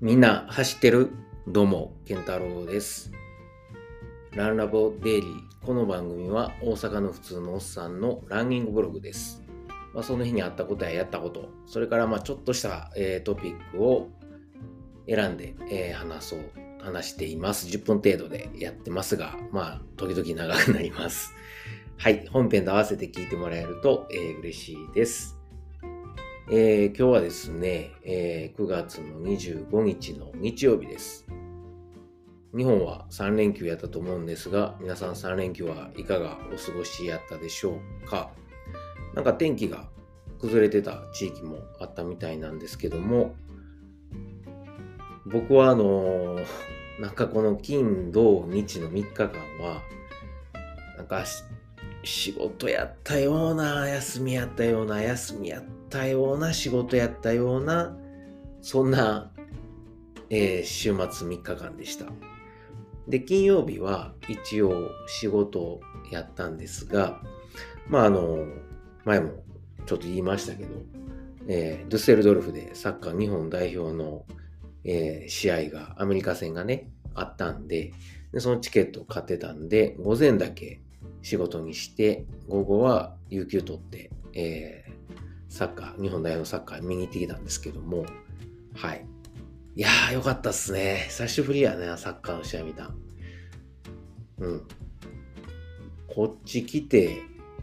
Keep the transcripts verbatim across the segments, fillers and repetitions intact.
みんな走ってる？どうも、健太郎です。ランラボデイリー。この番組は大阪の普通のおっさんのランニングブログです。まあ、その日にあったことややったこと、それからまあちょっとした、えー、トピックを選んで、えー、話そう、話しています。じゅっぷん程度でやってますが、まあ、時々長くなります。はい、本編と合わせて聞いてもらえると、えー、嬉しいです。えー、今日はですね、えー、くがつのにじゅうごにちの日曜日です。日本はさんれんきゅうやったと思うんですが、皆さんさんれんきゅうはいかがお過ごしやったでしょうか。なんか天気が崩れてた地域もあったみたいなんですけども、僕はあのー、なんかこの金土日のみっかかんは、なんか仕事やったような、休みやったような、休みやったような、仕事やったような、そんな、えー、週末みっかかんでした。で、金曜日は一応仕事をやったんですが、まああの、前もちょっと言いましたけど、えー、ドゥッセルドルフでサッカー日本代表の、えー、試合が、アメリカ戦がね、あったんで、でそのチケットを買ってたんで、午前だけ仕事にして、午後は有給取って、えー、サッカー、日本代表のサッカー見に行ってきたんですけども、はい。いやー、よかったっすね。久しぶりやね、サッカーの試合見た。うん。こっち来て、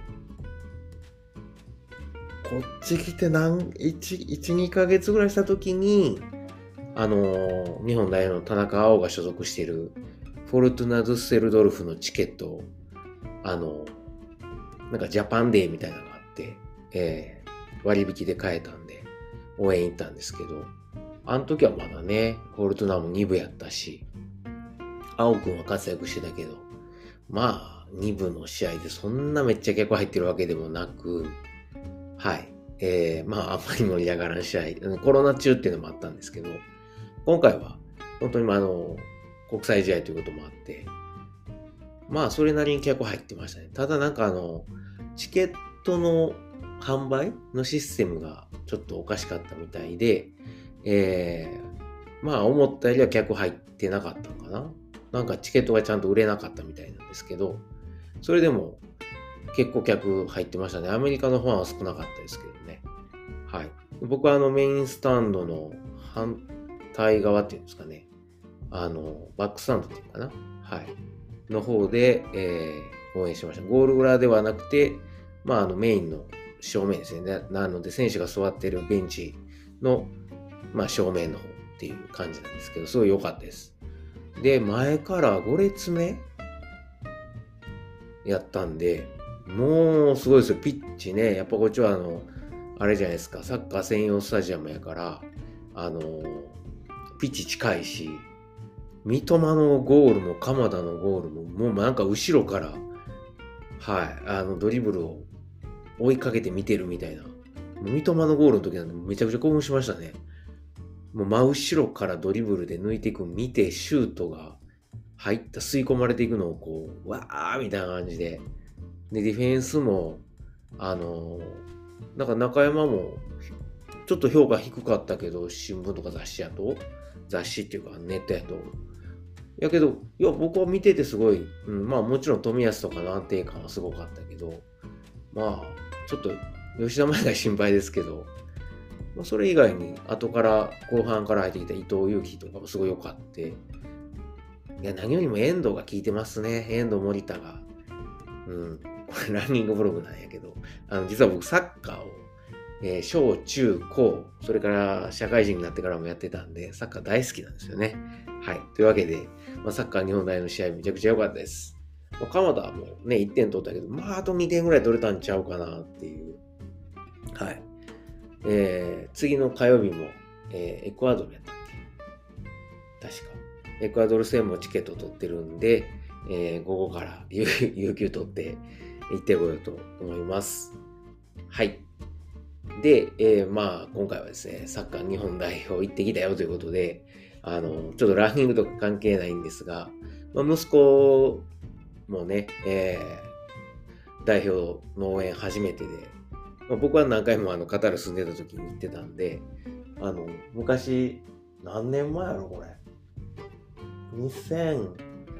こっち来て何、いち、いち、にかげつぐらいした時に、あのー、日本代表の田中碧が所属しているフォルトゥナ・ドゥッセルドルフのチケットを、あのー、なんかジャパンデーみたいなのがあって、えー、割引で買えたんで、応援行ったんですけど、あの時はまだね、フォルトゥナもに部やったし、青くんは活躍してたけど、まあ、に部の試合でそんなめっちゃ客入ってるわけでもなく、はい。えー、まあ、あんまり盛り上がらん試合、コロナ中っていうのもあったんですけど、今回は、本当にあの、国際試合ということもあって、まあ、それなりに客入ってましたね。ただなんかあの、チケットの販売のシステムがちょっとおかしかったみたいで、えー、まあ、思ったよりは客入ってなかったのかな。なんかチケットがちゃんと売れなかったみたいなんですけど、それでも結構客入ってましたね。アメリカのファンは少なかったですけどね。はい。僕はあのメインスタンドの反対側っていうんですかね。あの、バックスタンドっていうかな。はい。の方で、えー、応援しました。ゴール裏ではなくて、まああのメインの正面ですね。なので選手が座ってるベンチの、まあ、正面の方っていう感じなんですけど、すごい良かったです。で、前からご列目やったんで、もうすごいですよ。ピッチね。やっぱこっちはあの、あれじゃないですか。サッカー専用スタジアムやから、あの、ピッチ近いし、三笘のゴールも鎌田のゴールも、もうなんか後ろから、はい、あの、ドリブルを追いかけて見てるみたいな。もう三笘のゴールの時なんでめちゃくちゃ興奮しましたね。もう真後ろからドリブルで抜いていく見て、シュートが入った、吸い込まれていくのをこう、わーみたいな感じで。で、ディフェンスも、あのー、なんか中山も、ちょっと評価低かったけど、新聞とか雑誌やと、雑誌っていうかネットやと。やけど、いや、僕は見ててすごい、うん、まあもちろん冨安とかの安定感はすごかったけど、まあ、ちょっと吉田麻也が心配ですけど、まあ、それ以外に後から後半から入ってきた伊藤祐樹とかもすごい良かった。いや、何よりも遠藤が効いてますね。遠藤森田が。うん。これランニングブログなんやけど、あの、実は僕サッカーを、えー小中高、それから社会人になってからもやってたんで、サッカー大好きなんですよね。はい。というわけで、まあ、サッカー日本代表の試合めちゃくちゃ良かったです。まあ、鎌田はもうね、いってん取ったけど、まあ、あとにてんぐらい取れたんちゃうかなっていう。はい。えー、次の火曜日も、えーエクアドルやったっけ確か。エクアドル戦もチケット取ってるんで、えー午後から有有給取って行ってこようと思います。はい。で、えーまあ、今回はですね、サッカー日本代表行ってきたよということで、あの、ちょっとランニングとか関係ないんですが、まあ、息子もね、えー代表の応援初めてで、まあ、僕は何回もあのカタール住んでた時に行ってたんで、あの、昔、 何年前やろこれ。にせん、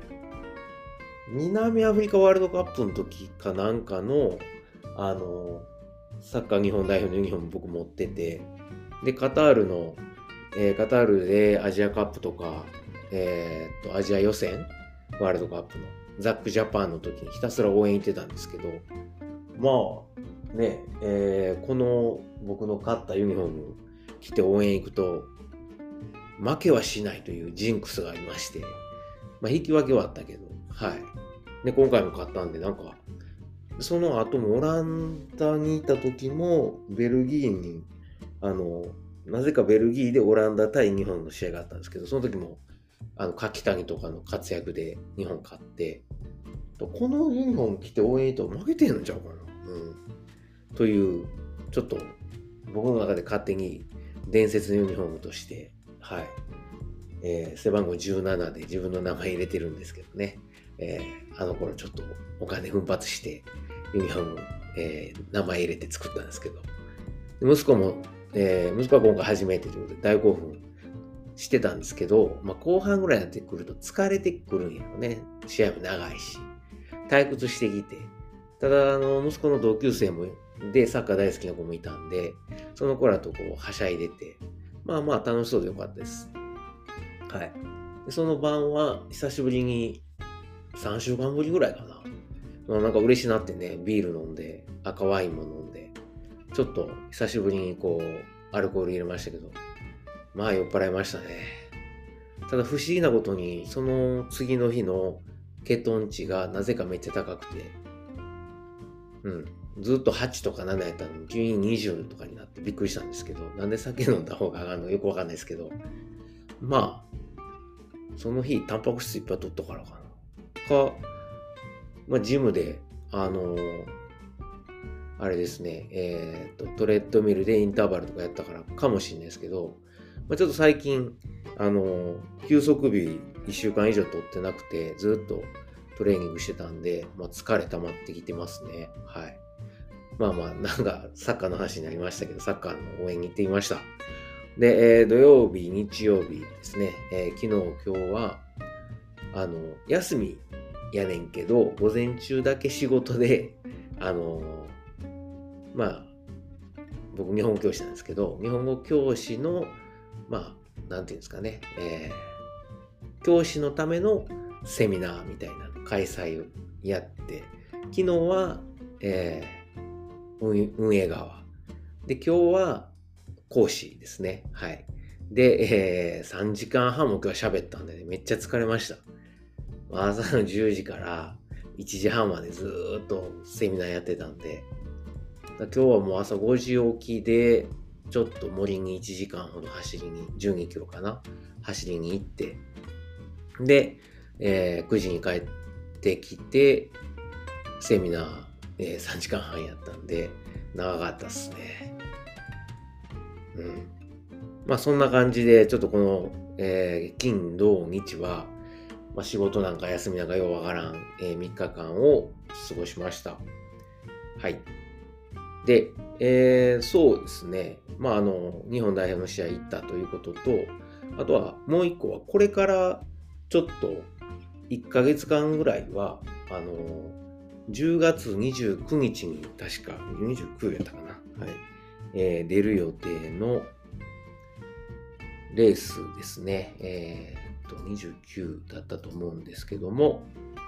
南アフリカワールドカップの時かなんかの、あの、サッカー日本代表のユニフォーム僕持ってて、で、カタールの、えーカタールでアジアカップとか、えーっと、アジア予選ワールドカップのザックジャパンの時にひたすら応援行ってたんですけど、まあ、ね、えーこの僕の買ったユニフォーム着て応援行くと、負けはしないというジンクスがありまして、まあ、引き分けはあったけど、はい。で、今回も勝ったんで、なんか、その後もオランダにいた時も、ベルギーに、あの、なぜかベルギーでオランダ対日本の試合があったんですけど、その時も、あの、柿谷とかの活躍で日本勝って、このユニフォーム着て応援と負けてんのちゃうかな。うん。という、ちょっと、僕の中で勝手に伝説のユニフォームとして、はい。えー背番号じゅうななで自分の名前入れてるんですけどね。えーあの頃ちょっとお金奮発してユニフォーム、えー名前入れて作ったんですけど。で息子も、えー息子は今回初めてということで大興奮してたんですけど、まあ、後半ぐらいになってくると疲れてくるんやろね。試合も長いし。退屈してきて。ただ、あの、息子の同級生も、で、サッカー大好きな子もいたんで、その子らとこう、はしゃいでて、まあまあ楽しそうでよかったです。はい。でその晩は、久しぶりに、さんしゅうかんぶりぐらいかな。まあなんか嬉しなってね、ビール飲んで、赤ワインも飲んで、ちょっと久しぶりにこう、アルコール入れましたけど、まあ酔っ払いましたね。ただ不思議なことに、その次の日のケトン値がなぜかめっちゃ高くて、うん。ずっとはちとかななやったのに、急ににじゅうとかになってびっくりしたんですけど、なんで酒飲んだ方が上がるのよくわかんないですけど、まあ、その日、タンパク質いっぱい取ったからかな。か、まあ、ジムで、あのーあれですね、えーっと、トレッドミルでインターバルとかやったからかもしれないですけど、まあ、ちょっと最近、あのー休息日いっしゅうかん以上取ってなくて、ずっとトレーニングしてたんで、まあ、疲れ溜まってきてますね。はい。まあまあ、なんかサッカーの話になりましたけど、サッカーの応援に行ってみました。で、えー土曜日、日曜日ですね、えー昨日、今日は、あの、休みやねんけど、午前中だけ仕事で、あの、まあ、僕、日本語教師なんですけど、日本語教師の、まあ、なんていうんですかね、えー教師のためのセミナーみたいなの開催をやって、昨日は、えー運運営側。で、今日は講師ですね。はい。で、えーさんじかんはんも今日は喋ったんでね、めっちゃ疲れました。朝のじゅうじからいちじはんまでずーっとセミナーやってたんで、だ今日はもう朝ごじ起きで、ちょっと森にいちじかんほど走りに、じゅうにキロかな走りに行って、で、えーくじに帰ってきて、セミナー、えーさんじかんはんやったんで、長かったっすね。うん。まあそんな感じで、ちょっとこの、えー金、土、日は、まあ、仕事なんか休みなんかようわからん、えーみっかかんを過ごしました。はい。で、えーそうですね。まああの、日本代表の試合行ったということと、あとはもう一個は、これからちょっといっかげつかんぐらいは、あの、じゅうがつにじゅうくにちに確か、にじゅうくやったかな。はい。えー出る予定のレースですね。えーっと、にじゅうきゅうだったと思うんですけども、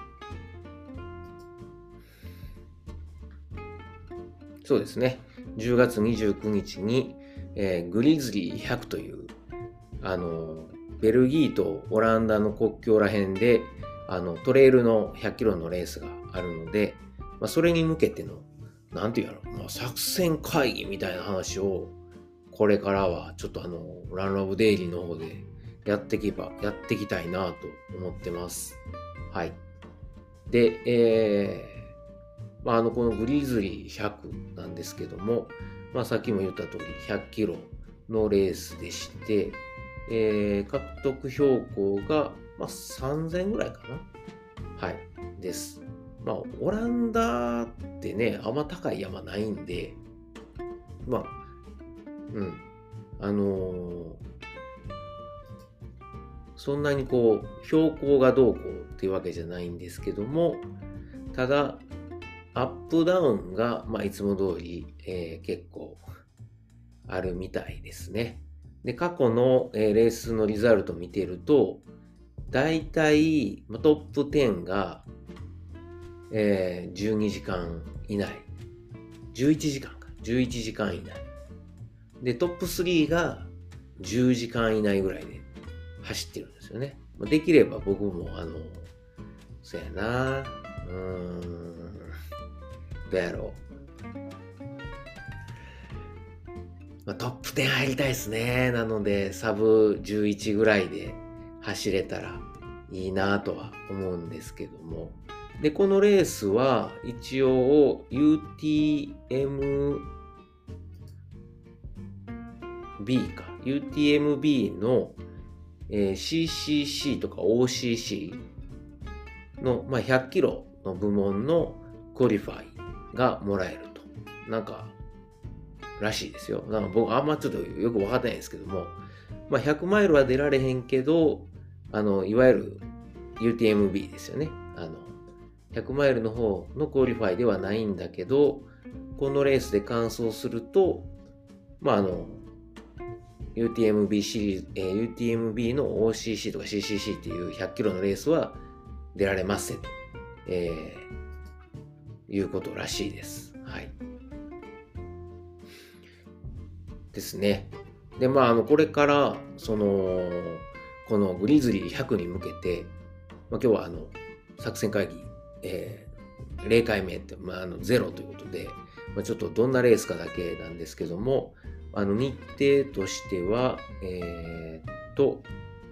そうですね。じゅうがつにじゅうくにちに、えーグリズリーひゃくという、あの、ベルギーとオランダの国境ら辺で、あの、トレイルのひゃっキロのレースがあるので、まあ、それに向けての、なんていうやろ、まあ、作戦会議みたいな話を、これからはちょっとあの、ランラブデイリーの方でやっていけば、やっていきたいなと思ってます。はい。で、えー、まあ、あの、このグリズリーひゃくなんですけども、まあ、さっきも言った通りひゃっキロのレースでして、えー、獲得標高が、まあ、さんぜんぐらいかな。はい。です。まあ、オランダってね、あんま高い山ないんで、まあ、うん。あのーそんなにこう標高がどうこうっていうわけじゃないんですけども、ただアップダウンが、まあ、いつも通り、えー、結構あるみたいですね。で、過去の、えー、レースのリザルト見てると、だいたいトップじゅうが、えー、じゅうにじかん以内。じゅういちじかんか。じゅういちじかん以内。で、トップスリーがじゅうじかん以内ぐらいで走ってるんですよね。できれば僕も、あの、そうやな、うーん、どうやろう。まあ、トップじゅう入りたいですね。なので、サブじゅういちぐらいで走れたらいいなとは思うんですけども。で、このレースは一応 ユーティーエムビー か。ユーティーエムビー の、えー、シーシーシー とか オーシーシー の、まあ、ひゃっキロの部門のクオリファイがもらえると。なんか、らしいですよ。なんか僕あんまちょっとよくわかってないんですけども、まあ、ひゃくマイルは出られへんけど、あの、いわゆる ユーティーエムビー ですよね。あの、ひゃくマイルの方のクオリファイではないんだけど、このレースで完走すると、まあ、あの、ユーティーエムビー シリーズ、えー、ユーティーエムビー の オーシーシー とか シーシーシー っていうひゃっキロのレースは出られますと、えー、いうことらしいです。はい。ですね。で、まあ、あの、これから、その、このグリズリーひゃくに向けて、まあ、今日はあの、作戦会議、えー、れいかいめって、まあ、あの、ゼロということで、まあ、ちょっとどんなレースかだけなんですけども、あの、日程としては、えー、っと、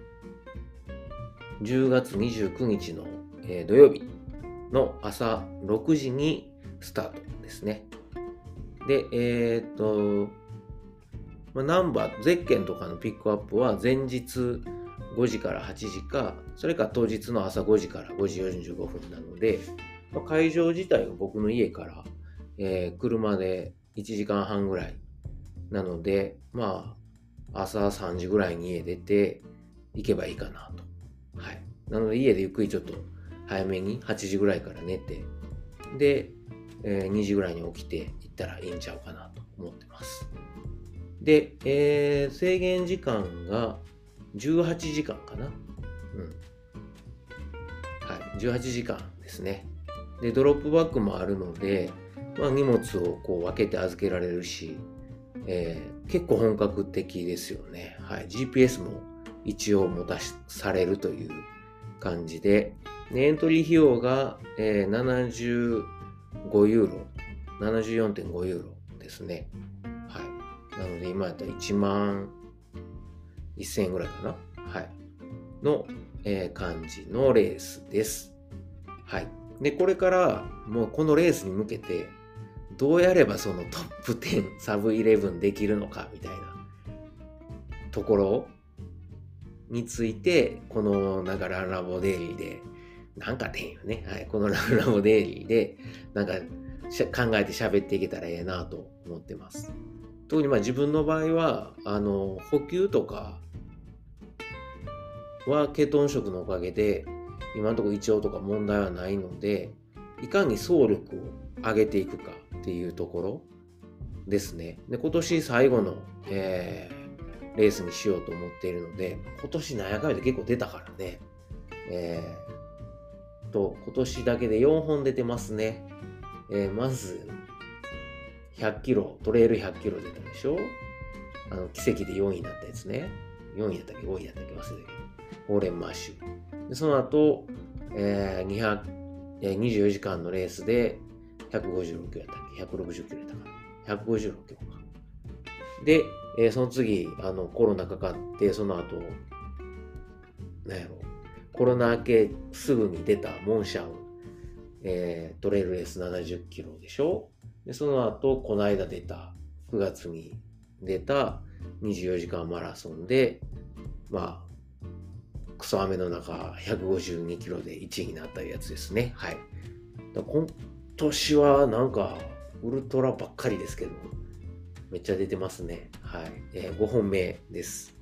じゅうがつにじゅうくにちの、えー、土曜日の朝ろくじにスタートですね。で、えー、っと、まあ、ナンバー、ゼッケンとかのピックアップは前日ごじからはちじか、それか当日の朝ごじからごじよんじゅうごふんなので、まあ、会場自体は僕の家から、えー、車でいちじかんはんぐらいなので、まあ、朝さんじぐらいに家出て行けばいいかなと。はい。なので家でゆっくりちょっと早めにはちじぐらいから寝て、で、えー、にじぐらいに起きて行ったらいいんちゃうかなと思ってます。で、えー、制限時間がじゅうはちじかんかな。うん。はい。じゅうはちじかんですね。で、ドロップバッグもあるので、まあ、荷物をこう分けて預けられるし、えー、結構本格的ですよね。はい。ジーピーエス も一応持たされるという感じで、でエントリー費用が、えー、ななじゅうごユーロ、ななじゅうよんてんごユーロですね。はい。なので今やったらいちまんせんえんぐらいかな。はい。の、えー、感じのレースです。はい。で、これからもうこのレースに向けて、どうやればそのトップじゅう、サブじゅういちできるのかみたいなところについて、このなんかランラボデイリーで、なんかでんよね。はい。このランラボデイリーで、なんか考えて喋っていけたらええなと思ってます。特にまあ自分の場合は、あの、補給とかはケトン食のおかげで、今のところ胃腸とか問題はないので、いかに走力を上げていくかっていうところですね。で、今年最後の、えー、レースにしようと思っているので、今年なんやかんやで結構出たからね。えー、と、今年だけでよんほん出てますね。えー、まず、ひゃっキロ、トレイルひゃっキロ出たでしょ？あの、奇跡でよんいになったやつね。よんいだったっけ ?ごいだったっけ忘れたけど。オーレンマッシュ。で、その後、えー、にひゃく、えー、にじゅうよじかんのレースでひゃくごじゅうろっキロやったっけ ?ひゃくろくじゅっキロやったかな ?ひゃくごじゅうろっキロか。で、えー、その次、あの、コロナかかって、その後、なんやろ、コロナ明けすぐに出たモンシャン、えー、トレイルレースななじゅっキロでしょ？で、その後、この間出た、くがつに出たにじゅうよじかんマラソンで、まあ、クソ雨の中、ひゃくごじゅうにキロでいちいになったやつですね。はい。だ今年はなんか、ウルトラばっかりですけど、めっちゃ出てますね。はい。えー、ごほんめです。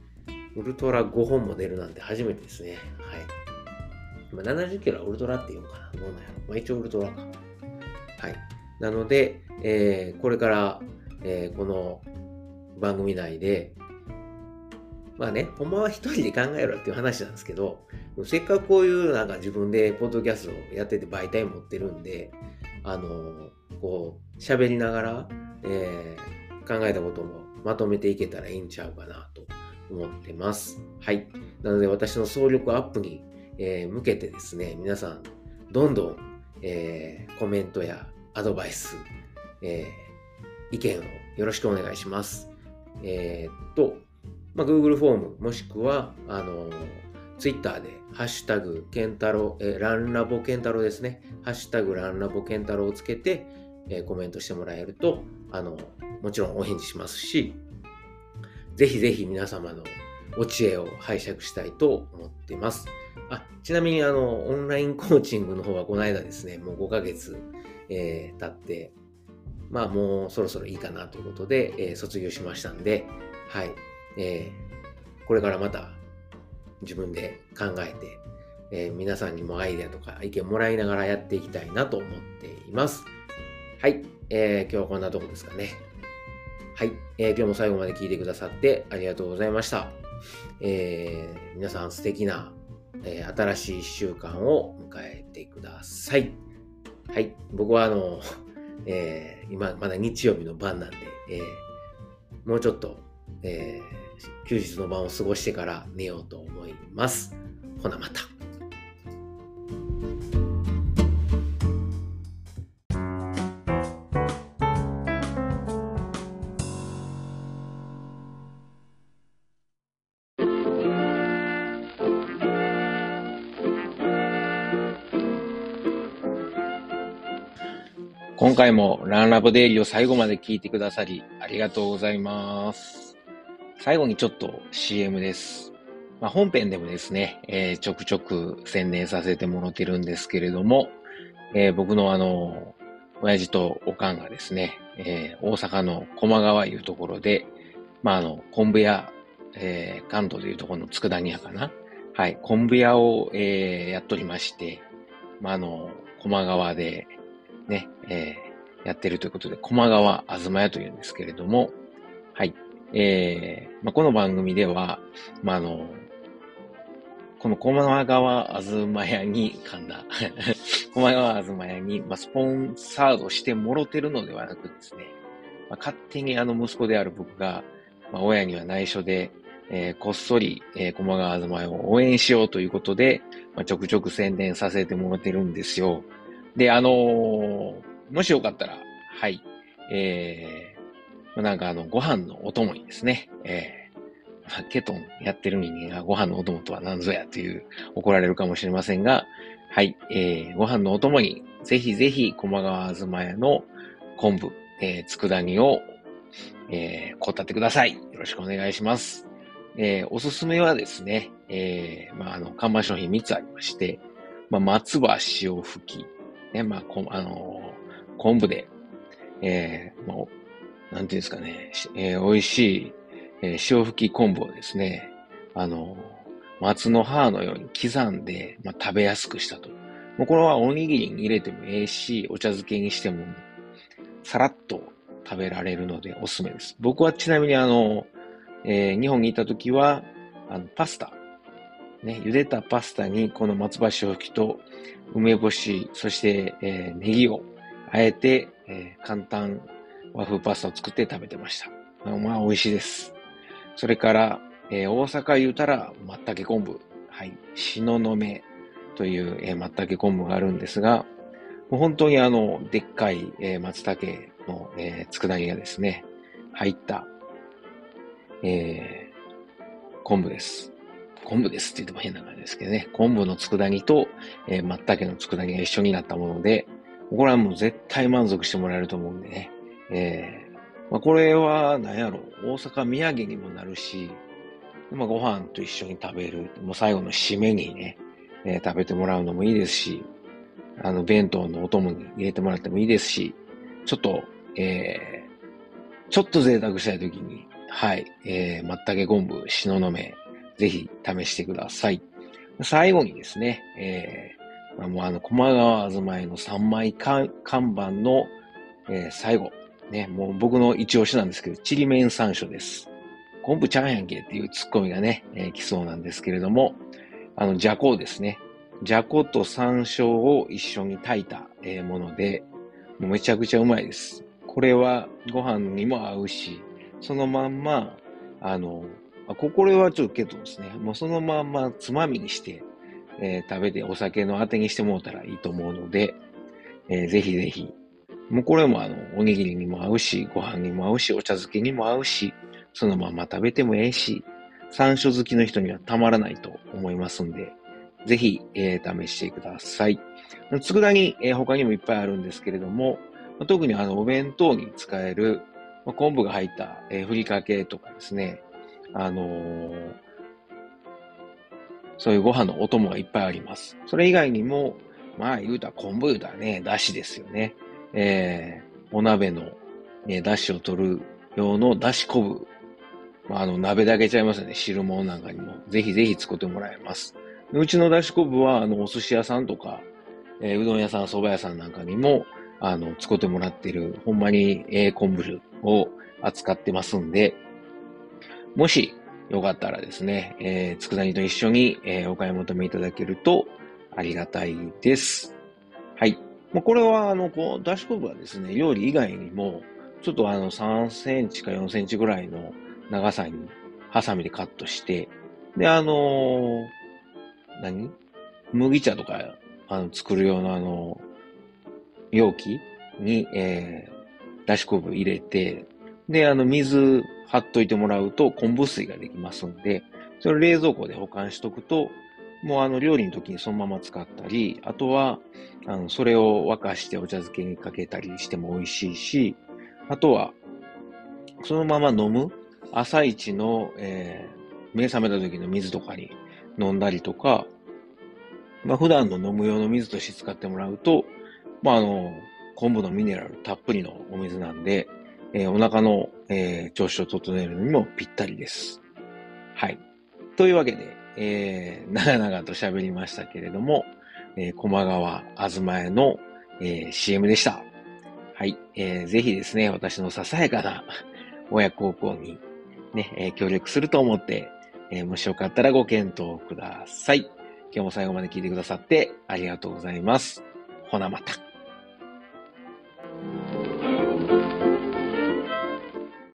ウルトラごほんも出るなんて初めてですね。はい。まあ、ななじゅっキロはウルトラっていうのかな。どうなんやろ。まあ、一応ウルトラか。はい。なので、えー、これから、えー、この番組内で、まあね、ほんまは一人で考えろっていう話なんですけど、せっかくこういうなんか自分でポッドキャストをやってて媒体持ってるんで、あのー、こう、喋りながら、えー、考えたこともまとめていけたらいいんちゃうかなと思ってます。はい。なので私の総力アップに、えー、向けてですね、皆さん、どんどん、えー、コメントやアドバイス、えー、意見をよろしくお願いします。えー、っと、まあ、Google フォームもしくは、あのー、Twitter で、ハッシュタグ、ケンタロウ、えー、ランラボケンタロウですね。ハッシュタグ、ランラボケンタロウをつけて、えー、コメントしてもらえると、あの、もちろんお返事しますし、ぜひぜひ皆様のお知恵を拝借したいと思っています。あ、ちなみにあの、オンラインコーチングの方はこの間ですね、もうごかげつ、えー、経って、まあもうそろそろいいかなということで、えー、卒業しましたんで、はい。えー、これからまた自分で考えて、えー、皆さんにもアイデアとか意見もらいながらやっていきたいなと思っています。はい。えー、今日はこんなとこですかね。はい、えー。今日も最後まで聞いてくださってありがとうございました。えー、皆さん素敵な、えー、新しいいっしゅうかんを迎えてください。はい。僕はあの、えー、今まだ日曜日の晩なんで、えー、もうちょっと、えー、休日の晩を過ごしてから寝ようと思います。ほなまた。今回もランラボデイリーを最後まで聞いてくださりありがとうございます。最後にちょっと シーエム です。まあ、本編でもですね、えー、ちょくちょく宣伝させてもらってるんですけれども、えー、僕のあの、親父とおかんがですね、えー、大阪の駒川いうところで、まあ、あの、昆布屋、えー、関東でいうところの佃煮屋かな。はい、昆布屋を、えー、やっとりまして、まあ、あの、駒川で、ね、えー、やってるということで、駒川あずま屋というんですけれども、はい。えー、まあ、この番組では、まあ、あの、この駒川あずま屋に、噛んだ、駒川あずま屋に、まあ、スポンサードしてもろてるのではなくですね、まあ、勝手にあの息子である僕が、まあ、親には内緒で、えー、こっそり、えー、駒川あずま屋を応援しようということで、まあ、ちょくちょく宣伝させてもらってるんですよ。で、あのー、もしよかったら、はい、えー、なんかあの、ご飯のお供にですね、えー、ケトンやってる人間がご飯のお供とは何ぞやという怒られるかもしれませんが、はい、えー、ご飯のお供に、ぜひぜひ、駒川あずま屋の昆布、えー、佃煮を、えー、こったってください。よろしくお願いします。えー、おすすめはですね、えー、まあ、あの、看板商品みっつありまして、まあ、松葉塩吹き、ね、まあ、こあのー、昆布で、えー、まあ、なんていうんですかね、えー、美味しい、えー、塩吹き昆布をですね、あのー、松の葉のように刻んで、まあ、食べやすくしたと。もうこれはおにぎりに入れてもええし、お茶漬けにしても、さらっと食べられるのでおすすめです。僕はちなみにあの、えー、日本にいた時は、あの、パスタ、ね、茹でたパスタにこの松葉塩吹きと梅干し、そして、えー、ネギをあえて、えー、簡単和風パスタを作って食べてました。まあ、美味しいです。それから、えー、大阪言うたら、まったけ昆布。はい。しののめという、えー、まったけ昆布があるんですが、もう本当にあの、でっかい、えー、松茸の、えー、佃煮がですね、入った、えー、昆布です。昆布ですって言っても変な感じですけどね。昆布の佃煮と、えー、松茸の佃煮が一緒になったもので、これはもう絶対満足してもらえると思うんでね。えーまあ、これは何やろ、大阪土産にもなるし、まあ、ご飯と一緒に食べる、もう最後の締めにね、えー、食べてもらうのもいいですし、あの、弁当のお供に入れてもらってもいいですし、ちょっと、えー、ちょっと贅沢したいときに、はい、えー、まったけ昆布、しののめ、 ぜひ試してください。最後にですね、えー、まあ、もうあの、駒川あずまえのさんまい看板の、えー、最後、ね、もう僕の一押しなんですけど、ちりめん山椒です。昆布ちゃんやんけっていうツッコミがね、えー、来そうなんですけれども、あの、じゃこですね。じゃこと山椒を一緒に炊いた、えー、もので、もうめちゃくちゃうまいです。これはご飯にも合うし、そのまんま、あの、あここれはちょっとけどですね、もうそのまんまつまみにして、えー、食べてお酒のあてにしてもらったらいいと思うので、えー、ぜひぜひ。もうこれもあの、おにぎりにも合うし、ご飯にも合うし、お茶漬けにも合うし、そのまま食べてもええし、山椒好きの人にはたまらないと思いますんで、ぜひ、えー、試してください。佃煮、えー、他にもいっぱいあるんですけれども、特にあの、お弁当に使える、まあ、昆布が入った、えー、ふりかけとかですね、あのー、そういうご飯のお供がいっぱいあります。それ以外にも、まあ言うたら昆布言うたらね、だしですよね。えー、お鍋の、ね、だしを取る用のだし昆布。まあ、あの、鍋だけちゃいますよね。汁物なんかにも。ぜひぜひ作ってもらえます。うちのだし昆布は、あの、お寿司屋さんとか、えーうどん屋さん、蕎麦屋さんなんかにも、あの、使ってもらってる、ほんまに、えー昆布を扱ってますんで、もし、よかったらですね、えー、佃煮と一緒に、えーお買い求めいただけるとありがたいです。はい。もうこれは、あの、こう、だし昆布はですね、料理以外にも、ちょっとあの、さんセンチかよんセンチぐらいの長さに、ハサミでカットして、で、あのー何麦茶とか、あの、作る用のあの、容器に、えー、だし昆布入れて、で、あの、水張っといてもらうと昆布水ができますんで、それを冷蔵庫で保管しとくと、もうあの、料理の時にそのまま使ったり、あとは、あの、それを沸かしてお茶漬けにかけたりしても美味しいし、あとは、そのまま飲む朝一の、えー、目覚めた時の水とかに飲んだりとか、まあ、普段の飲む用の水として使ってもらうと、まあ、あの、昆布のミネラルたっぷりのお水なんで、えーお腹の、えー調子を整えるのにもぴったりです。はい。というわけで、えー、長々と喋りましたけれども、えー、駒川あずまえの、えー シーエム でした。はい。えー、ぜひですね、私のささやかな親孝行にね、えー協力すると思って、えーもしよかったらご検討ください。今日も最後まで聞いてくださってありがとうございます。ほなまた。